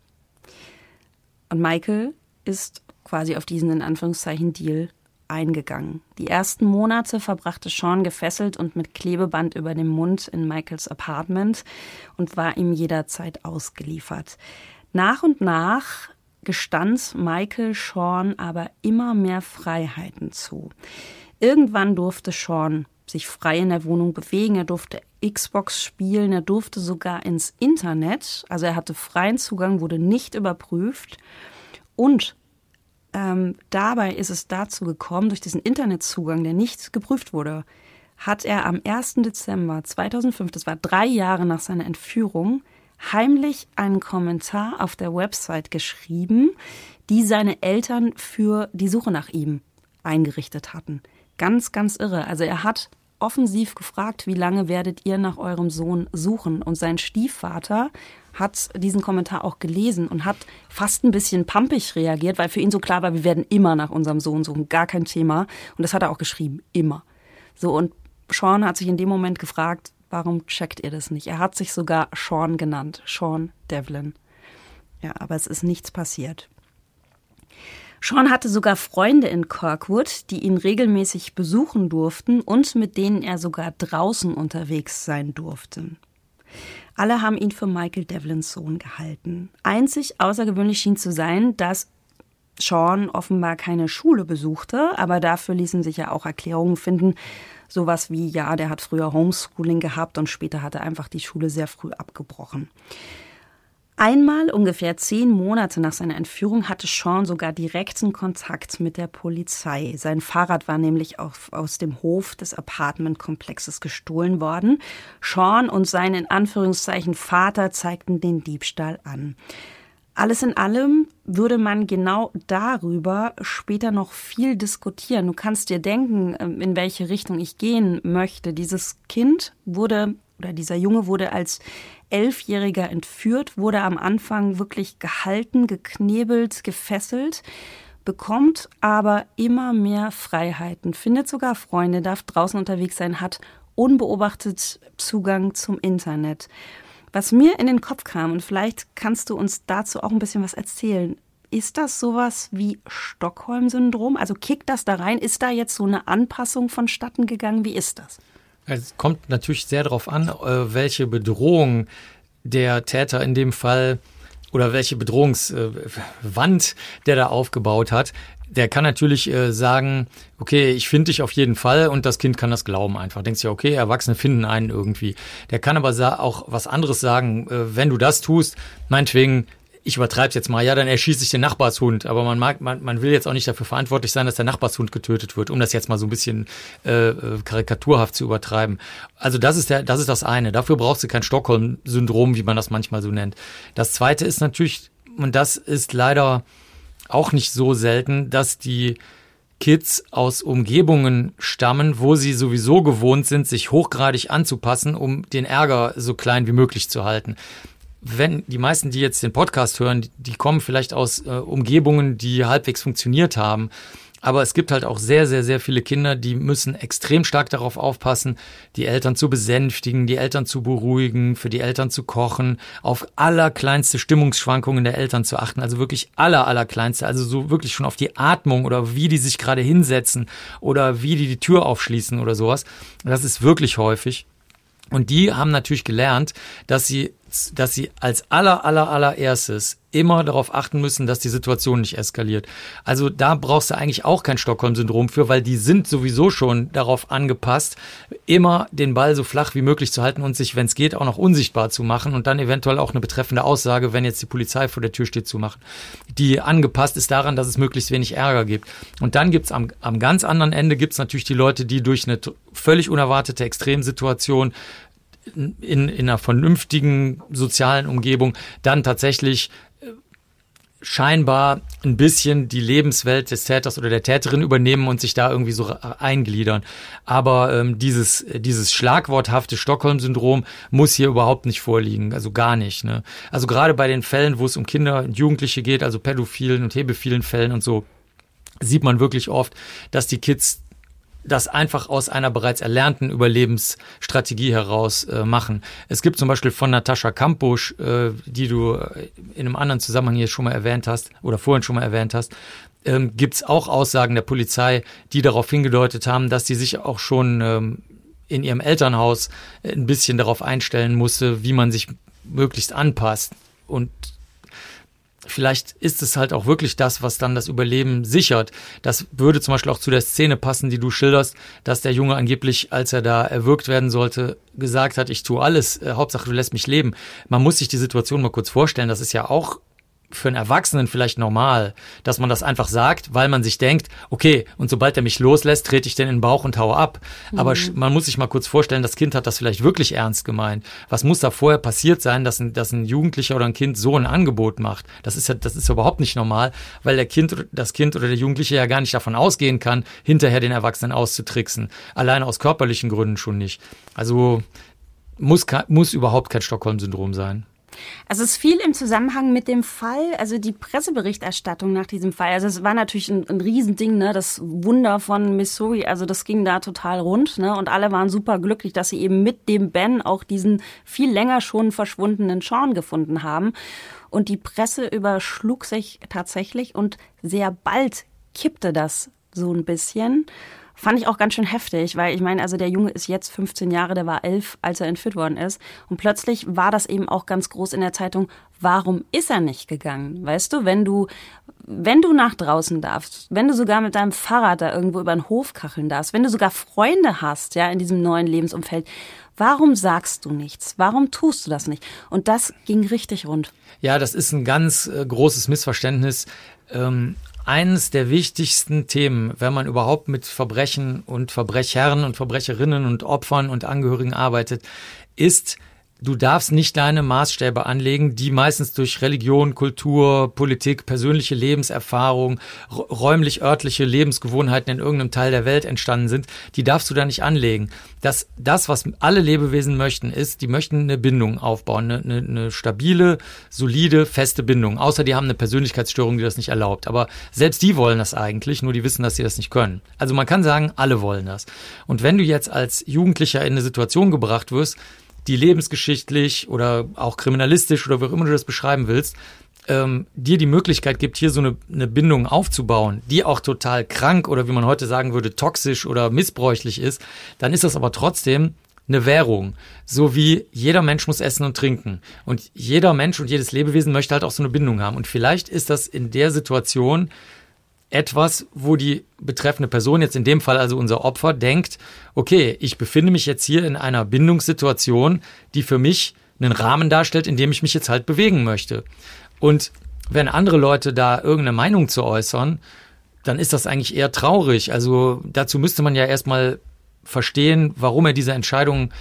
Und Michael ist quasi auf diesen, in Anführungszeichen, Deal eingegangen. Die ersten Monate verbrachte Sean gefesselt und mit Klebeband über dem Mund in Michaels Apartment und war ihm jederzeit ausgeliefert. Nach und nach gestand Michael Sean aber immer mehr Freiheiten zu. Irgendwann durfte Sean sich frei in der Wohnung bewegen, er durfte Xbox spielen, er durfte sogar ins Internet, also er hatte freien Zugang, wurde nicht überprüft und Ähm, dabei ist es dazu gekommen, durch diesen Internetzugang, der nicht geprüft wurde, hat er am ersten Dezember zweitausendfünf, das war drei Jahre nach seiner Entführung, heimlich einen Kommentar auf der Website geschrieben, die seine Eltern für die Suche nach ihm eingerichtet hatten. Ganz, ganz irre. Also er hat offensiv gefragt, wie lange werdet ihr nach eurem Sohn suchen? Und sein Stiefvater hat diesen Kommentar auch gelesen und hat fast ein bisschen pampig reagiert, weil für ihn so klar war, wir werden immer nach unserem Sohn suchen, gar kein Thema. Und das hat er auch geschrieben, immer. So, und Sean hat sich in dem Moment gefragt, warum checkt ihr das nicht? Er hat sich sogar Sean genannt, Sean Devlin. Ja, aber es ist nichts passiert. Sean hatte sogar Freunde in Kirkwood, die ihn regelmäßig besuchen durften und mit denen er sogar draußen unterwegs sein durfte. Alle haben ihn für Michael Devlins Sohn gehalten. Einzig außergewöhnlich schien zu sein, dass Sean offenbar keine Schule besuchte, aber dafür ließen sich ja auch Erklärungen finden. Sowas wie, ja, der hat früher Homeschooling gehabt und später hat er einfach die Schule sehr früh abgebrochen. Einmal, ungefähr zehn Monate nach seiner Entführung, hatte Sean sogar direkten Kontakt mit der Polizei. Sein Fahrrad war nämlich auf, aus dem Hof des Apartmentkomplexes gestohlen worden. Sean und sein in Anführungszeichen Vater zeigten den Diebstahl an. Alles in allem würde man genau darüber später noch viel diskutieren. Du kannst dir denken, in welche Richtung ich gehen möchte. Dieses Kind wurde, oder dieser Junge wurde als Elfjähriger entführt, wurde am Anfang wirklich gehalten, geknebelt, gefesselt, bekommt aber immer mehr Freiheiten, findet sogar Freunde, darf draußen unterwegs sein, hat unbeobachtet Zugang zum Internet. Was mir in den Kopf kam, und vielleicht kannst du uns dazu auch ein bisschen was erzählen, ist das sowas wie Stockholm-Syndrom? Also kickt das da rein? Ist da jetzt so eine Anpassung vonstatten gegangen? Wie ist das? Es kommt natürlich sehr darauf an, welche Bedrohung der Täter in dem Fall oder welche Bedrohungswand der da aufgebaut hat. Der kann natürlich sagen, okay, ich finde dich auf jeden Fall, und das Kind kann das glauben einfach. Denkst du, okay, Erwachsene finden einen irgendwie. Der kann aber auch was anderes sagen, wenn du das tust, meinetwegen, ich übertreibe es jetzt mal, ja, dann erschieße ich den Nachbarshund. Aber man mag, man, man will jetzt auch nicht dafür verantwortlich sein, dass der Nachbarshund getötet wird, um das jetzt mal so ein bisschen äh, karikaturhaft zu übertreiben. Also das ist der, das ist das eine. Dafür brauchst du kein Stockholm-Syndrom, wie man das manchmal so nennt. Das zweite ist natürlich, und das ist leider auch nicht so selten, dass die Kids aus Umgebungen stammen, wo sie sowieso gewohnt sind, sich hochgradig anzupassen, um den Ärger so klein wie möglich zu halten. Wenn die meisten, die jetzt den Podcast hören, die kommen vielleicht aus äh, Umgebungen, die halbwegs funktioniert haben. Aber es gibt halt auch sehr, sehr, sehr viele Kinder, die müssen extrem stark darauf aufpassen, die Eltern zu besänftigen, die Eltern zu beruhigen, für die Eltern zu kochen, auf allerkleinste Stimmungsschwankungen der Eltern zu achten, also wirklich aller, allerkleinste, also so wirklich schon auf die Atmung oder wie die sich gerade hinsetzen oder wie die die Tür aufschließen oder sowas. Das ist wirklich häufig. Und die haben natürlich gelernt, dass sie, dass sie als aller, aller, allererstes immer darauf achten müssen, dass die Situation nicht eskaliert. Also da brauchst du eigentlich auch kein Stockholm-Syndrom für, weil die sind sowieso schon darauf angepasst, immer den Ball so flach wie möglich zu halten und sich, wenn es geht, auch noch unsichtbar zu machen und dann eventuell auch eine betreffende Aussage, wenn jetzt die Polizei vor der Tür steht, zu machen, die angepasst ist daran, dass es möglichst wenig Ärger gibt. Und dann gibt's am, am ganz anderen Ende gibt's natürlich die Leute, die durch eine völlig unerwartete Extremsituation in, in einer vernünftigen sozialen Umgebung dann tatsächlich scheinbar ein bisschen die Lebenswelt des Täters oder der Täterin übernehmen und sich da irgendwie so eingliedern. Aber ähm, dieses dieses schlagworthafte Stockholm-Syndrom muss hier überhaupt nicht vorliegen, also gar nicht. Ne? Also gerade bei den Fällen, wo es um Kinder und Jugendliche geht, also pädophilen und hebephilen Fällen und so, sieht man wirklich oft, dass die Kids das einfach aus einer bereits erlernten Überlebensstrategie heraus äh, machen. Es gibt zum Beispiel von Natascha Kampusch, äh, die du in einem anderen Zusammenhang hier schon mal erwähnt hast oder vorhin schon mal erwähnt hast, ähm, gibt es auch Aussagen der Polizei, die darauf hingedeutet haben, dass sie sich auch schon ähm, in ihrem Elternhaus ein bisschen darauf einstellen musste, wie man sich möglichst anpasst. Und vielleicht ist es halt auch wirklich das, was dann das Überleben sichert. Das würde zum Beispiel auch zu der Szene passen, die du schilderst, dass der Junge angeblich, als er da erwürgt werden sollte, gesagt hat, ich tue alles, äh, Hauptsache du lässt mich leben. Man muss sich die Situation mal kurz vorstellen, das ist ja auch für einen Erwachsenen vielleicht normal, dass man das einfach sagt, weil man sich denkt, okay, und sobald er mich loslässt, trete ich den in den Bauch und haue ab. Mhm. Aber man muss sich mal kurz vorstellen, das Kind hat das vielleicht wirklich ernst gemeint. Was muss da vorher passiert sein, dass ein, dass ein Jugendlicher oder ein Kind so ein Angebot macht? Das ist ja, das ist überhaupt nicht normal, weil der Kind, das Kind oder der Jugendliche ja gar nicht davon ausgehen kann, hinterher den Erwachsenen auszutricksen. Alleine aus körperlichen Gründen schon nicht. Also muss, muss überhaupt kein Stockholm-Syndrom sein. Also es ist viel im Zusammenhang mit dem Fall, also die Presseberichterstattung nach diesem Fall. Also es war natürlich ein, ein Riesending, ne, das Wunder von Missouri, also das ging da total rund, ne, und alle waren super glücklich, dass sie eben mit dem Ben auch diesen viel länger schon verschwundenen Sean gefunden haben. Und die Presse überschlug sich tatsächlich und sehr bald kippte das so ein bisschen. Fand ich auch ganz schön heftig, weil ich meine, also der Junge ist jetzt fünfzehn Jahre, der war elf, als er entführt worden ist. Und plötzlich war das eben auch ganz groß in der Zeitung, warum ist er nicht gegangen? Weißt du, wenn du, wenn du nach draußen darfst, wenn du sogar mit deinem Fahrrad da irgendwo über den Hof kacheln darfst, wenn du sogar Freunde hast, ja, in diesem neuen Lebensumfeld, warum sagst du nichts? Warum tust du das nicht? Und das ging richtig rund. Ja, das ist ein ganz äh, großes Missverständnis. Ähm Eines der wichtigsten Themen, wenn man überhaupt mit Verbrechen und Verbrechern und Verbrecherinnen und Opfern und Angehörigen arbeitet, ist, du darfst nicht deine Maßstäbe anlegen, die meistens durch Religion, Kultur, Politik, persönliche Lebenserfahrung, räumlich-örtliche Lebensgewohnheiten in irgendeinem Teil der Welt entstanden sind. Die darfst du da nicht anlegen. Das, das, was alle Lebewesen möchten, ist, die möchten eine Bindung aufbauen, eine, eine, eine stabile, solide, feste Bindung. Außer die haben eine Persönlichkeitsstörung, die das nicht erlaubt. Aber selbst die wollen das eigentlich, nur die wissen, dass sie das nicht können. Also man kann sagen, alle wollen das. Und wenn du jetzt als Jugendlicher in eine Situation gebracht wirst, die lebensgeschichtlich oder auch kriminalistisch oder wie auch immer du das beschreiben willst, ähm, dir die Möglichkeit gibt, hier so eine, eine Bindung aufzubauen, die auch total krank oder wie man heute sagen würde, toxisch oder missbräuchlich ist, dann ist das aber trotzdem eine Währung. So wie jeder Mensch muss essen und trinken. Und jeder Mensch und jedes Lebewesen möchte halt auch so eine Bindung haben. Und vielleicht ist das in der Situation etwas, wo die betreffende Person, jetzt in dem Fall also unser Opfer, denkt, okay, ich befinde mich jetzt hier in einer Bindungssituation, die für mich einen Rahmen darstellt, in dem ich mich jetzt halt bewegen möchte. Und wenn andere Leute da irgendeine Meinung zu äußern, dann ist das eigentlich eher traurig. Also dazu müsste man ja erstmal verstehen, warum er diese Entscheidung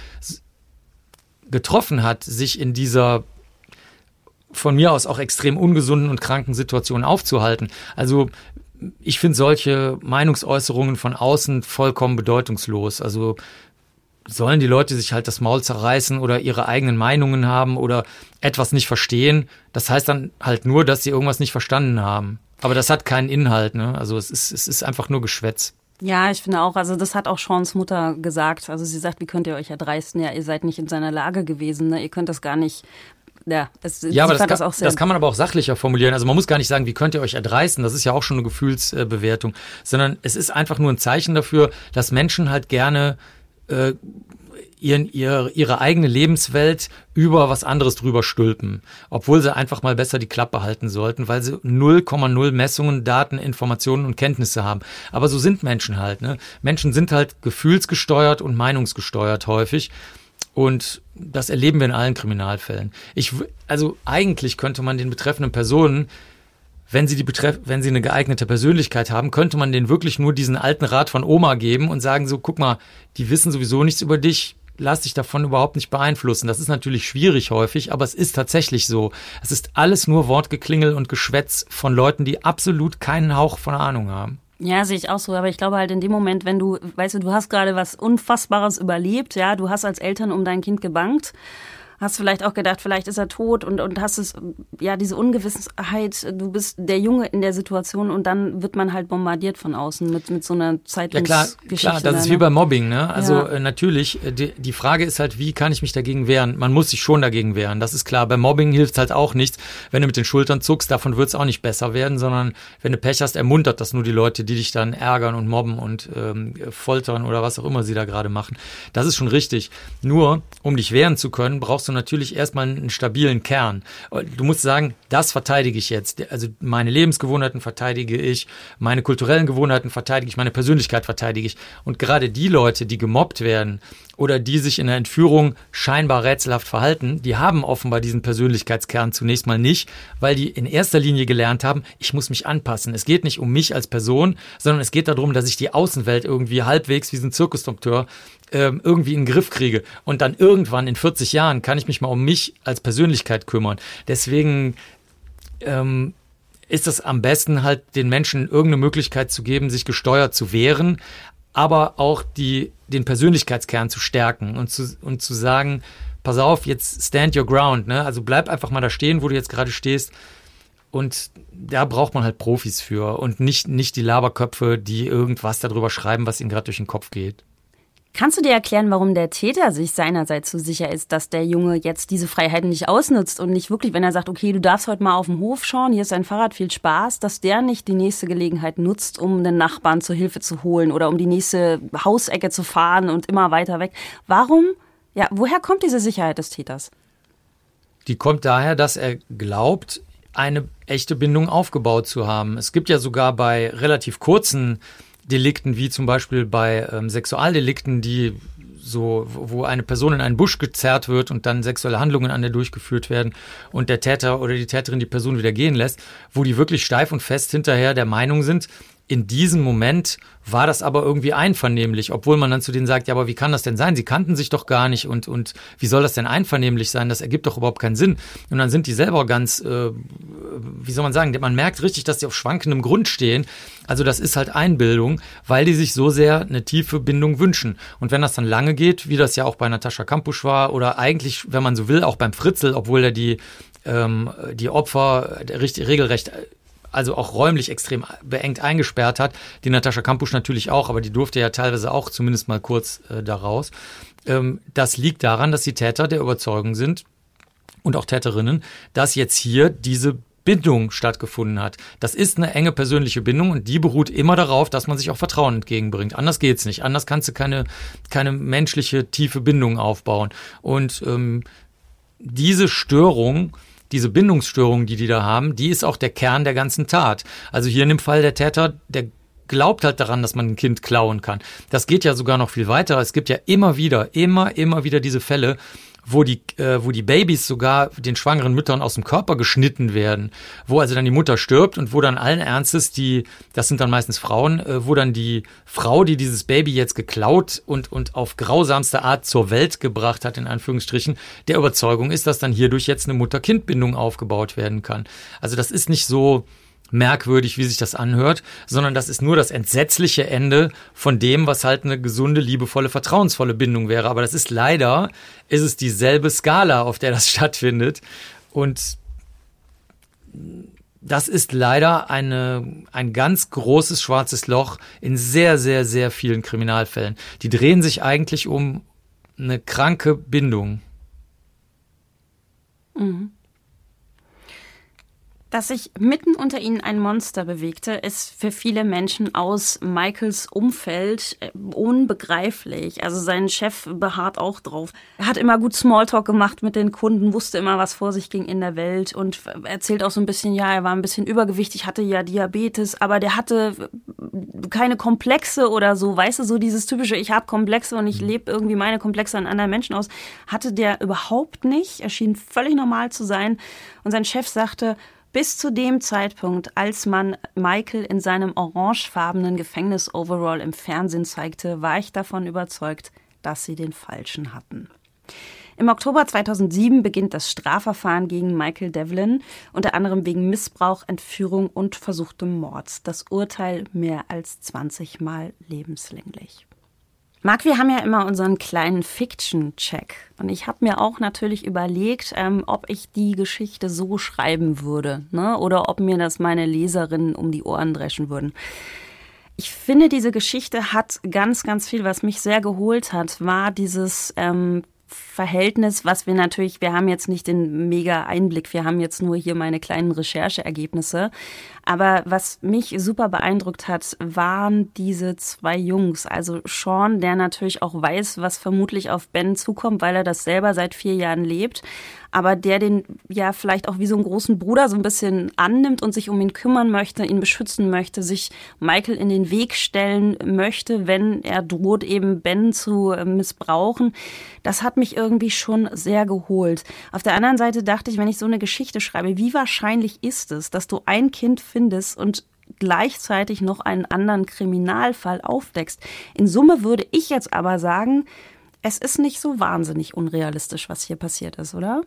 getroffen hat, sich in dieser von mir aus auch extrem ungesunden und kranken Situation aufzuhalten. Also ich finde solche Meinungsäußerungen von außen vollkommen bedeutungslos. Also sollen die Leute sich halt das Maul zerreißen oder ihre eigenen Meinungen haben oder etwas nicht verstehen. Das heißt dann halt nur, dass sie irgendwas nicht verstanden haben. Aber das hat keinen Inhalt, ne? Also es ist, es ist einfach nur Geschwätz. Ja, ich finde auch, also das hat auch Seans Mutter gesagt. Also sie sagt, wie könnt ihr euch erdreisten? Ja, ihr seid nicht in seiner Lage gewesen, ne? Ihr könnt das gar nicht. Ja, es, ja, aber das kann, das, auch sehr das kann man aber auch sachlicher formulieren. Also man muss gar nicht sagen, wie könnt ihr euch erdreisten? Das ist ja auch schon eine Gefühlsbewertung. Sondern es ist einfach nur ein Zeichen dafür, dass Menschen halt gerne äh, ihren, ihre, ihre eigene Lebenswelt über was anderes drüber stülpen. Obwohl sie einfach mal besser die Klappe halten sollten, weil sie null Komma null Messungen, Daten, Informationen und Kenntnisse haben. Aber so sind Menschen halt. Ne? Menschen sind halt gefühlsgesteuert und meinungsgesteuert häufig. Und das erleben wir in allen Kriminalfällen. Ich, also eigentlich könnte man den betreffenden Personen, wenn sie die betreff, wenn sie eine geeignete Persönlichkeit haben, könnte man denen wirklich nur diesen alten Rat von Oma geben und sagen so, guck mal, die wissen sowieso nichts über dich, lass dich davon überhaupt nicht beeinflussen. Das ist natürlich schwierig häufig, aber es ist tatsächlich so. Es ist alles nur Wortgeklingel und Geschwätz von Leuten, die absolut keinen Hauch von Ahnung haben. Ja, sehe ich auch so, aber ich glaube halt in dem Moment, wenn du, weißt du, du hast gerade was Unfassbares überlebt, ja, du hast als Eltern um dein Kind gebangt, hast vielleicht auch gedacht, vielleicht ist er tot und, und hast es, ja, diese Ungewissheit, du bist der Junge in der Situation und dann wird man halt bombardiert von außen mit, mit so einer Zeitungsgeschichte. Ja klar, klar, das ist wie bei Mobbing, ne? Also ja. äh, natürlich, die, die Frage ist halt, wie kann ich mich dagegen wehren? Man muss sich schon dagegen wehren, das ist klar. Bei Mobbing hilft halt auch nichts, wenn du mit den Schultern zuckst, davon wird es auch nicht besser werden, sondern wenn du Pech hast, ermuntert das nur die Leute, die dich dann ärgern und mobben und ähm, foltern oder was auch immer sie da gerade machen. Das ist schon richtig. Nur, um dich wehren zu können, brauchst du natürlich erstmal einen stabilen Kern. Du musst sagen, das verteidige ich jetzt. Also meine Lebensgewohnheiten verteidige ich, meine kulturellen Gewohnheiten verteidige ich, meine Persönlichkeit verteidige ich. Und gerade die Leute, die gemobbt werden oder die sich in der Entführung scheinbar rätselhaft verhalten, die haben offenbar diesen Persönlichkeitskern zunächst mal nicht, weil die in erster Linie gelernt haben, ich muss mich anpassen. Es geht nicht um mich als Person, sondern es geht darum, dass ich die Außenwelt irgendwie halbwegs wie so ein Zirkusdompteur irgendwie in den Griff kriege. Und dann irgendwann in vierzig Jahren kann ich mich mal um mich als Persönlichkeit kümmern. Deswegen ähm, ist es am besten halt den Menschen irgendeine Möglichkeit zu geben, sich gesteuert zu wehren, aber auch die, den Persönlichkeitskern zu stärken und zu, und zu sagen, pass auf, jetzt stand your ground, ne? Also bleib einfach mal da stehen, wo du jetzt gerade stehst. Und da braucht man halt Profis für und nicht, nicht die Laberköpfe, die irgendwas darüber schreiben, was ihnen gerade durch den Kopf geht. Kannst du dir erklären, warum der Täter sich seinerseits so sicher ist, dass der Junge jetzt diese Freiheiten nicht ausnutzt und nicht wirklich, wenn er sagt, okay, du darfst heute mal auf den Hof schauen, hier ist dein Fahrrad, viel Spaß, dass der nicht die nächste Gelegenheit nutzt, um den Nachbarn zur Hilfe zu holen oder um die nächste Hausecke zu fahren und immer weiter weg? Warum, ja, woher kommt diese Sicherheit des Täters? Die kommt daher, dass er glaubt, eine echte Bindung aufgebaut zu haben. Es gibt ja sogar bei relativ kurzen Delikten, wie zum Beispiel bei ähm, Sexualdelikten, die so, wo eine Person in einen Busch gezerrt wird und dann sexuelle Handlungen an der durchgeführt werden und der Täter oder die Täterin die Person wieder gehen lässt, wo die wirklich steif und fest hinterher der Meinung sind, in diesem Moment war das aber irgendwie einvernehmlich, obwohl man dann zu denen sagt, ja, aber wie kann das denn sein? Sie kannten sich doch gar nicht und, und wie soll das denn einvernehmlich sein? Das ergibt doch überhaupt keinen Sinn. Und dann sind die selber ganz, äh, wie soll man sagen, man merkt richtig, dass die auf schwankendem Grund stehen. Also das ist halt Einbildung, weil die sich so sehr eine tiefe Bindung wünschen. Und wenn das dann lange geht, wie das ja auch bei Natascha Kampusch war oder eigentlich, wenn man so will, auch beim Fritzl, obwohl er die, ähm, die Opfer richtig, regelrecht also auch räumlich extrem beengt eingesperrt hat. Die Natascha Kampusch natürlich auch, aber die durfte ja teilweise auch zumindest mal kurz äh, da raus. Ähm, das liegt daran, dass die Täter der Überzeugung sind und auch Täterinnen, dass jetzt hier diese Bindung stattgefunden hat. Das ist eine enge persönliche Bindung und die beruht immer darauf, dass man sich auch Vertrauen entgegenbringt. Anders geht's nicht. Anders kannst du keine, keine menschliche, tiefe Bindung aufbauen. Und ähm, diese Störung, diese Bindungsstörung, die die da haben, die ist auch der Kern der ganzen Tat. Also hier in dem Fall der Täter, der glaubt halt daran, dass man ein Kind klauen kann. Das geht ja sogar noch viel weiter. Es gibt ja immer wieder, immer, immer wieder diese Fälle, wo die, äh, wo die Babys sogar den schwangeren Müttern aus dem Körper geschnitten werden, wo also dann die Mutter stirbt und wo dann allen Ernstes die, das sind dann meistens Frauen, äh, wo dann die Frau, die dieses Baby jetzt geklaut und, und auf grausamste Art zur Welt gebracht hat, in Anführungsstrichen, der Überzeugung ist, dass dann hierdurch jetzt eine Mutter-Kind-Bindung aufgebaut werden kann. Also das ist nicht so merkwürdig, wie sich das anhört, sondern das ist nur das entsetzliche Ende von dem, was halt eine gesunde, liebevolle, vertrauensvolle Bindung wäre. Aber das ist leider, ist es dieselbe Skala, auf der das stattfindet. Und das ist leider eine, ein ganz großes schwarzes Loch in sehr, sehr, sehr vielen Kriminalfällen. Die drehen sich eigentlich um eine kranke Bindung. Mhm. Dass sich mitten unter ihnen ein Monster bewegte, ist für viele Menschen aus Michaels Umfeld unbegreiflich. Also sein Chef beharrt auch drauf. Er hat immer gut Smalltalk gemacht mit den Kunden, wusste immer, was vor sich ging in der Welt und erzählt auch so ein bisschen, ja, er war ein bisschen übergewichtig, hatte ja Diabetes, aber der hatte keine Komplexe oder so, weißt du, so dieses typische, ich habe Komplexe und ich lebe irgendwie meine Komplexe an anderen Menschen aus, hatte der überhaupt nicht. Er schien völlig normal zu sein und sein Chef sagte, bis zu dem Zeitpunkt, als man Michael in seinem orangefarbenen Gefängnis-Overall im Fernsehen zeigte, war ich davon überzeugt, dass sie den Falschen hatten. Im Oktober zweitausendsieben beginnt das Strafverfahren gegen Michael Devlin, unter anderem wegen Missbrauch, Entführung und versuchtem Mord. Das Urteil mehr als zwanzig Mal lebenslänglich. Marc, wir haben ja immer unseren kleinen Fiction-Check. Und ich habe mir auch natürlich überlegt, ähm, ob ich die Geschichte so schreiben würde, ne? Oder ob mir das meine Leserinnen um die Ohren dreschen würden. Ich finde, diese Geschichte hat ganz, ganz viel, was mich sehr geholt hat, war dieses ähm, Verhältnis, was wir natürlich, wir haben jetzt nicht den mega Einblick, wir haben jetzt nur hier meine kleinen Rechercheergebnisse, aber was mich super beeindruckt hat, waren diese zwei Jungs, also Sean, der natürlich auch weiß, was vermutlich auf Ben zukommt, weil er das selber seit vier Jahren lebt, aber der den ja vielleicht auch wie so einen großen Bruder so ein bisschen annimmt und sich um ihn kümmern möchte, ihn beschützen möchte, sich Michael in den Weg stellen möchte, wenn er droht, eben Ben zu missbrauchen. Das hat mich irgendwie schon sehr geholt. Auf der anderen Seite dachte ich, wenn ich so eine Geschichte schreibe, wie wahrscheinlich ist es, dass du ein Kind findest und gleichzeitig noch einen anderen Kriminalfall aufdeckst? In Summe würde ich jetzt aber sagen, es ist nicht so wahnsinnig unrealistisch, was hier passiert ist, oder?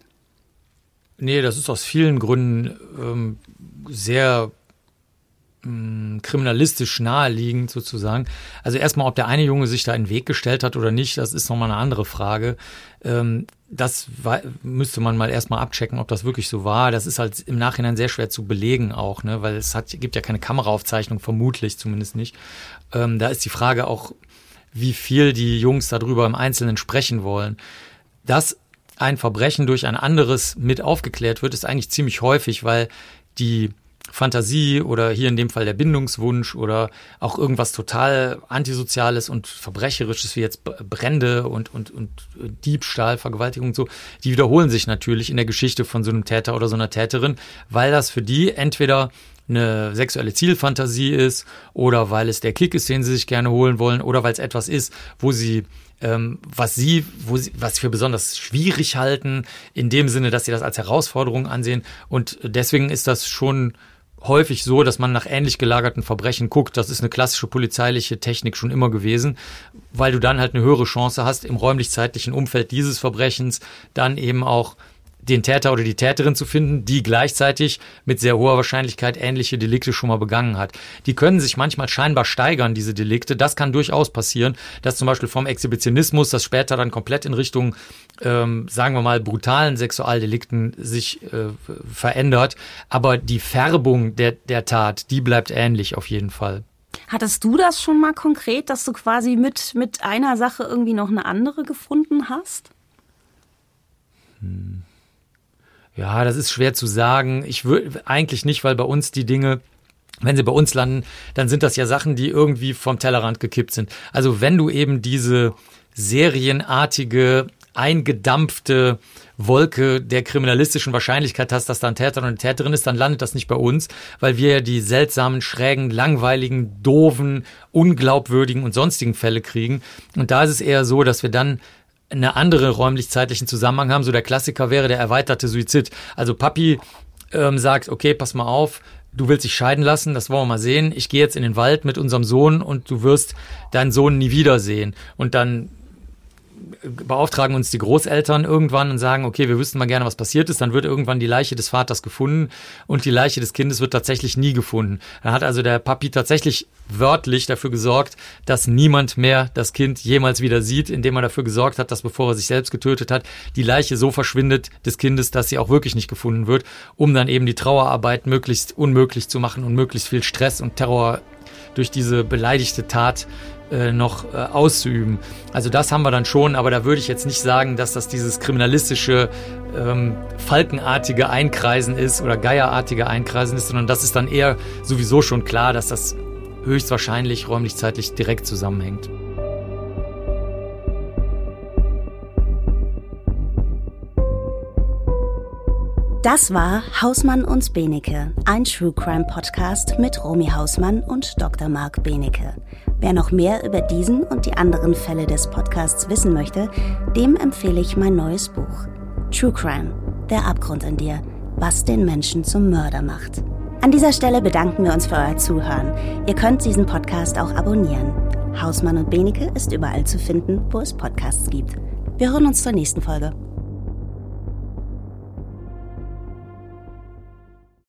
Nee, das ist aus vielen Gründen ähm, sehr ähm, kriminalistisch naheliegend sozusagen. Also erstmal, ob der eine Junge sich da in den Weg gestellt hat oder nicht, das ist nochmal eine andere Frage. Ähm, das war, müsste man mal erstmal abchecken, ob das wirklich so war. Das ist halt im Nachhinein sehr schwer zu belegen auch, ne, weil es hat, gibt ja keine Kameraaufzeichnung, vermutlich zumindest nicht. Ähm, da ist die Frage auch, wie viel die Jungs darüber im Einzelnen sprechen wollen. Dass ein Verbrechen durch ein anderes mit aufgeklärt wird, ist eigentlich ziemlich häufig, weil die Fantasie oder hier in dem Fall der Bindungswunsch oder auch irgendwas total Antisoziales und Verbrecherisches wie jetzt Brände und, und, und Diebstahl, Vergewaltigung und so, die wiederholen sich natürlich in der Geschichte von so einem Täter oder so einer Täterin, weil das für die entweder eine sexuelle Zielfantasie ist oder weil es der Kick ist, den sie sich gerne holen wollen oder weil es etwas ist, wo sie ähm, was sie, wo sie, was sie für besonders schwierig halten, in dem Sinne, dass sie das als Herausforderung ansehen. Und deswegen ist das schon häufig so, dass man nach ähnlich gelagerten Verbrechen guckt. Das ist eine klassische polizeiliche Technik schon immer gewesen, weil du dann halt eine höhere Chance hast, im räumlich-zeitlichen Umfeld dieses Verbrechens dann eben auch den Täter oder die Täterin zu finden, die gleichzeitig mit sehr hoher Wahrscheinlichkeit ähnliche Delikte schon mal begangen hat. Die können sich manchmal scheinbar steigern, diese Delikte. Das kann durchaus passieren, dass zum Beispiel vom Exhibitionismus das später dann komplett in Richtung, ähm, sagen wir mal, brutalen Sexualdelikten sich äh, verändert. Aber die Färbung der, der Tat, die bleibt ähnlich auf jeden Fall. Hattest du das schon mal konkret, dass du quasi mit, mit einer Sache irgendwie noch eine andere gefunden hast? Hm. Ja, das ist schwer zu sagen. Ich würde eigentlich nicht, weil bei uns die Dinge, wenn sie bei uns landen, dann sind das ja Sachen, die irgendwie vom Tellerrand gekippt sind. Also wenn du eben diese serienartige, eingedampfte Wolke der kriminalistischen Wahrscheinlichkeit hast, dass da ein Täter und eine Täterin ist, dann landet das nicht bei uns, weil wir ja die seltsamen, schrägen, langweiligen, doofen, unglaubwürdigen und sonstigen Fälle kriegen. Und da ist es eher so, dass wir dann eine andere räumlich-zeitlichen Zusammenhang haben. So der Klassiker wäre der erweiterte Suizid. Also Papi ähm, sagt, okay, pass mal auf, du willst dich scheiden lassen, das wollen wir mal sehen. Ich gehe jetzt in den Wald mit unserem Sohn und du wirst deinen Sohn nie wiedersehen. Und dann beauftragen uns die Großeltern irgendwann und sagen, okay, wir wüssten mal gerne, was passiert ist. Dann wird irgendwann die Leiche des Vaters gefunden und die Leiche des Kindes wird tatsächlich nie gefunden. Dann hat also der Papi tatsächlich wörtlich dafür gesorgt, dass niemand mehr das Kind jemals wieder sieht, indem er dafür gesorgt hat, dass bevor er sich selbst getötet hat, die Leiche so verschwindet des Kindes, dass sie auch wirklich nicht gefunden wird, um dann eben die Trauerarbeit möglichst unmöglich zu machen und möglichst viel Stress und Terror durch diese beleidigte Tat äh, noch äh, auszuüben. Also das haben wir dann schon, aber da würde ich jetzt nicht sagen, dass das dieses kriminalistische, ähm, falkenartige Einkreisen ist oder geierartige Einkreisen ist, sondern das ist dann eher sowieso schon klar, dass das höchstwahrscheinlich räumlich-zeitlich direkt zusammenhängt. Das war Hausmann und Benecke, ein True Crime Podcast mit Romy Hausmann und Doktor Marc Benecke. Wer noch mehr über diesen und die anderen Fälle des Podcasts wissen möchte, dem empfehle ich mein neues Buch. True Crime, der Abgrund in dir, was den Menschen zum Mörder macht. An dieser Stelle bedanken wir uns für euer Zuhören. Ihr könnt diesen Podcast auch abonnieren. Hausmann und Benecke ist überall zu finden, wo es Podcasts gibt. Wir hören uns zur nächsten Folge.